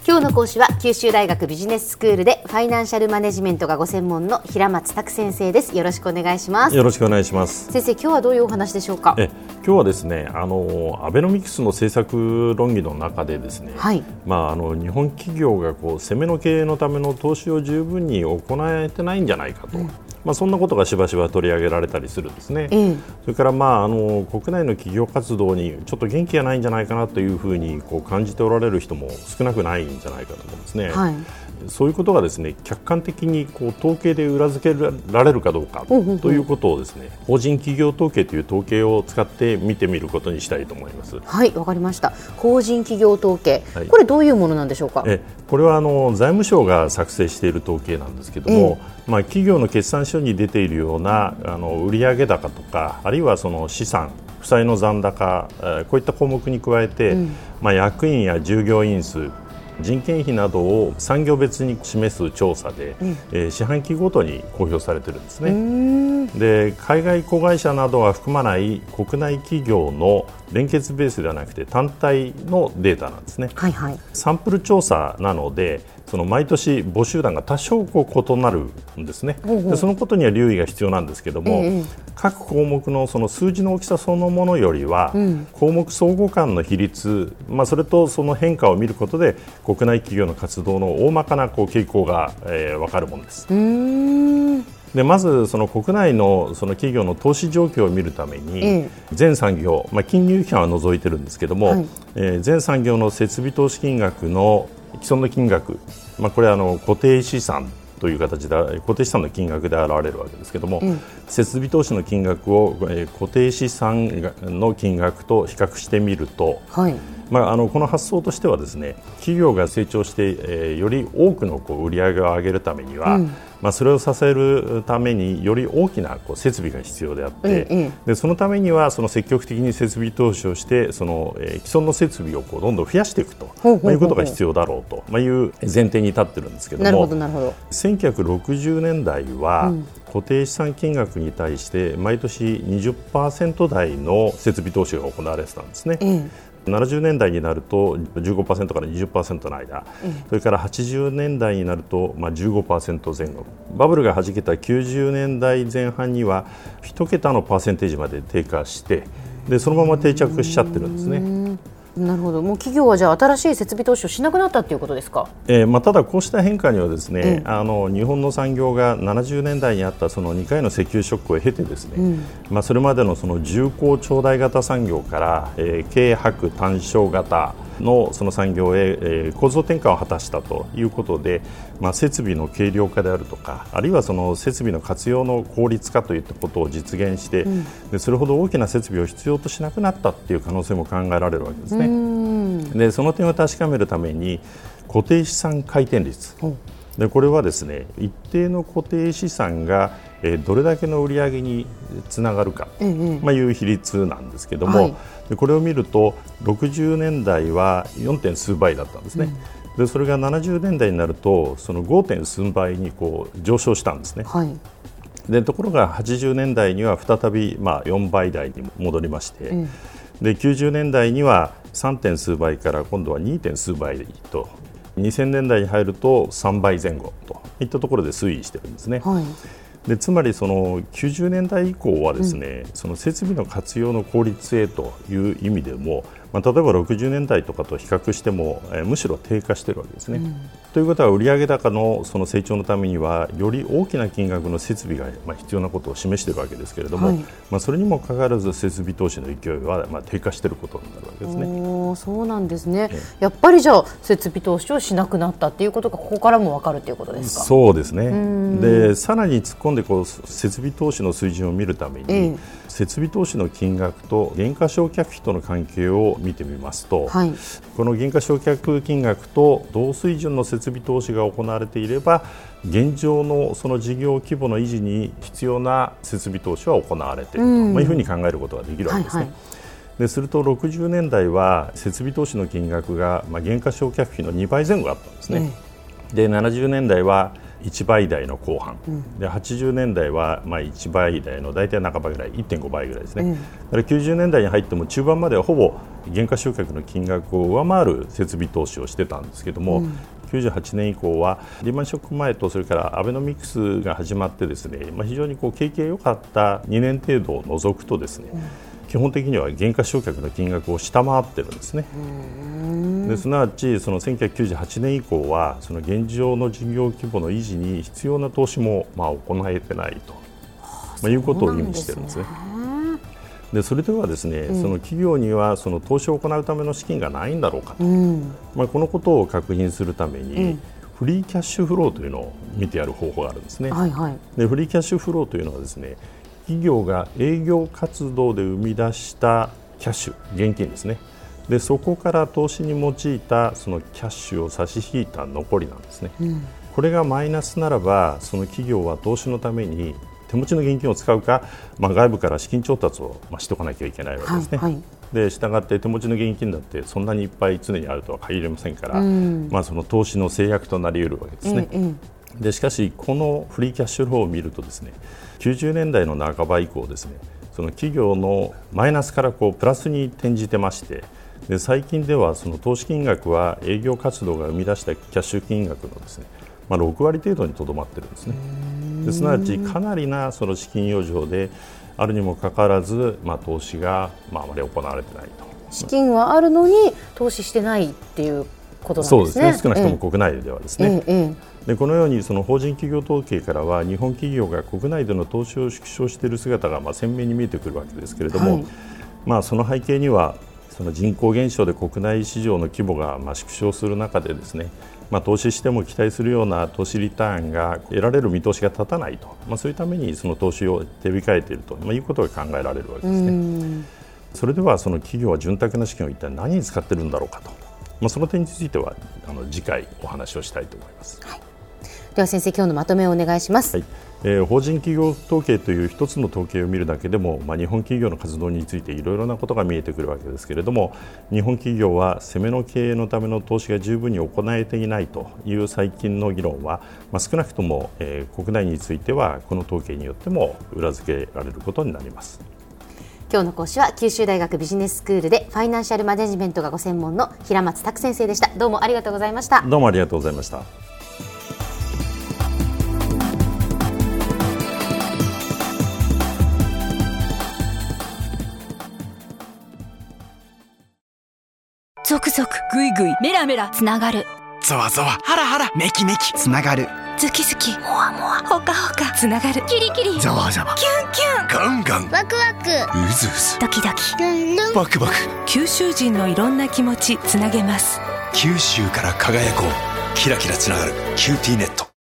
今日の講師は九州大学ビジネススクールでファイナンシャルマネジメントがご専門の平松卓先生です。よろしくお願いします。 よろしくお願いします。 先生、今日はどういうお話でしょうか？ 今日はですね、アベノミクスの政策論議の中でですね、 はい、 日本企業が攻めの経営のための投資を十分に行えてないんじゃないかと、そんなことがしばしば取り上げられたりするんですね。それから、国内の企業活動にちょっと元気がないんじゃないかなというふうに感じておられる人も少なくないんじゃないかと思うんですね。はい、そういうことがですね、客観的に統計で裏付けられるかどうかということをですね、法人企業統計という統計を使って見てみることにしたいと思います。 はい、わかりました。法人企業統計、これどういうものなんでしょうか？ これは財務省が作成している統計なんですけども、企業の決算書に出ているような売上高とか、あるいはその資産、負債の残高、こういった項目に加えて、役員や従業員数、人件費などを産業別に示す調査で、四半期ごとに公表されているんですね。で、海外子会社などは含まない国内企業の連結ベースではなくて単体のデータなんですね。はいはい、サンプル調査なので、その毎年募集団が多少異なるんですね。でそのことには留意が必要なんですけども、各項目のその数字の大きさそのものよりは、項目相互間の比率、それとその変化を見ることで国内企業の活動の大まかな傾向が分かるものです。でまずその国内のその企業の投資状況を見るために、全産業、金融機関は除いてるんですけども、全産業の設備投資金額の既存の金額、これは固定資産という形で固定資産の金額で現れるわけですけども、設備投資の金額を固定資産の金額と比較してみると、この発想としてはですね、企業が成長して、より多くの売り上げを上げるためには、それを支えるためにより大きな設備が必要であって、でそのためにはその積極的に設備投資をしてその、既存の設備をどんどん増やしていくということが必要だろうという前提に立っているんですけども、 なるほどなるほど。 1960年代は、固定資産金額に対して毎年 20% 台の設備投資が行われてたんですね。70年代になると 15% から 20% の間、それから80年代になると15% 前後、バブルがはじけた90年代前半には1桁のパーセンテージまで低下して、でそのまま定着しちゃってるんですね。 なるほど。もう企業はじゃあ新しい設備投資をしなくなったということですか？ ただこうした変化にはですね、日本の産業が70年代にあったその2回の石油ショックを経てですね、それまでのその重工長大型産業から、軽薄単小型のその産業へ、構造転換を果たしたということで、設備の軽量化であるとか、あるいはその設備の活用の効率化といったことを実現して、でそれほど大きな設備を必要としなくなったという可能性も考えられるわけですね。でその点を確かめるために固定資産回転率、でこれはですね、一定の固定資産がどれだけの売り上げにつながるか、いう比率なんですけども、でこれを見ると60年代は 4. 点数倍だったんですね。でそれが70年代になるとその 5. 点数倍に上昇したんですね。でところが80年代には再び4倍台に戻りまして、で90年代には 3. 点数倍から今度は 2. 点数倍と、2000年代に入ると3倍前後といったところで推移しているんですね。でつまりその90年代以降はですね、その設備の活用の効率へという意味でも、例えば60年代とかと比較しても、むしろ低下しているわけですね。ということは売上高のその成長のためにはより大きな金額の設備が必要なことを示しているわけですけれども、それにもかかわらず設備投資の勢いは低下していることになるわけですね。 そうなんですね。やっぱりじゃあ設備投資をしなくなったということがここからも分かるということですか？そうですね。でさらに突っ込んで設備投資の水準を見るために、設備投資の金額と減価償却費との関係を見てみますと、この減価償却金額と同水準の設備投資が行われていれば、現状のその事業規模の維持に必要な設備投資は行われていると、いうふうに考えることができるわけですね。ですると60年代は設備投資の金額が減価償却費の2倍前後あったんですね。で70年代は 1倍台の後半、で80年代は1倍台の大体半ばぐらい 1.5 倍ぐらいですね、だから90年代に入っても中盤まではほぼ減価償却の金額を上回る設備投資をしてたんですけども、98年以降はリーマンショック前とそれからアベノミクスが始まってですね、非常に景気が良かった2年程度を除くとですね、基本的には減価償却の金額を下回ってるんですね。ですなわちその1998年以降はその現状の事業規模の維持に必要な投資も行えてないと、いうことを意味しているんですね。でそれではですね、その企業にはその投資を行うための資金がないんだろうかと、このことを確認するために、フリーキャッシュフローというのを見てやる方法があるんですね。でフリーキャッシュフローというのはですね、企業が営業活動で生み出したキャッシュ、現金ですね。でそこから投資に用いたそのキャッシュを差し引いた残りなんですね。これがマイナスならば、その企業は投資のために手持ちの現金を使うか、外部から資金調達をしておかなきゃいけないわけですね。でしたがって手持ちの現金だってそんなにいっぱい常にあるとは限りませんから、その投資の制約となり得るわけですね。でしかしこのフリーキャッシュフローを見るとですね、90年代の半ば以降ですね、その企業のマイナスからプラスに転じてまして、で最近ではその投資金額は営業活動が生み出したキャッシュ金額のですね、6割程度にとどまっているんですね。すなわちかなりなその資金余剰であるにもかかわらず、投資があまり行われていないと。 資金はあるのに投資してないっていうことなんですね。 そうですね、少なくとも国内ではですね。でこのようにその法人企業統計からは日本企業が国内での投資を縮小している姿が鮮明に見えてくるわけですけれども、その背景にはその人口減少で国内市場の規模が縮小する中でですね、投資しても期待するような投資リターンが得られる見通しが立たないと、そういうためにその投資を手控えているということが考えられるわけですね。それではその企業は潤沢な資金を一体何に使っているんだろうかと、その点については次回お話をしたいと思います。 では先生、今日のまとめをお願いします。 法人企業統計という一つの統計を見るだけでも、日本企業の活動についていろいろなことが見えてくるわけですけれども、日本企業は攻めの経営のための投資が十分に行えていないという最近の議論は、少なくとも、国内についてはこの統計によっても裏付けられることになります。 今日の講師は九州大学ビジネススクールでファイナンシャルマネジメントがご専門の平松卓先生でした。どうもありがとうございました。 どうもありがとうございました。 ゾクゾクグイグイメラメラつながる、 ゾワゾワハラハラメキメキつながる、 ズキズキモワモワホカホカつながる、キリキリザワザワキュンキュンガンガンワクワクうずうずドキドキルンルンバクバク、 九州人のいろんな気持ちつなげます。 九州から輝こう、キラキラつながるキューティーネット。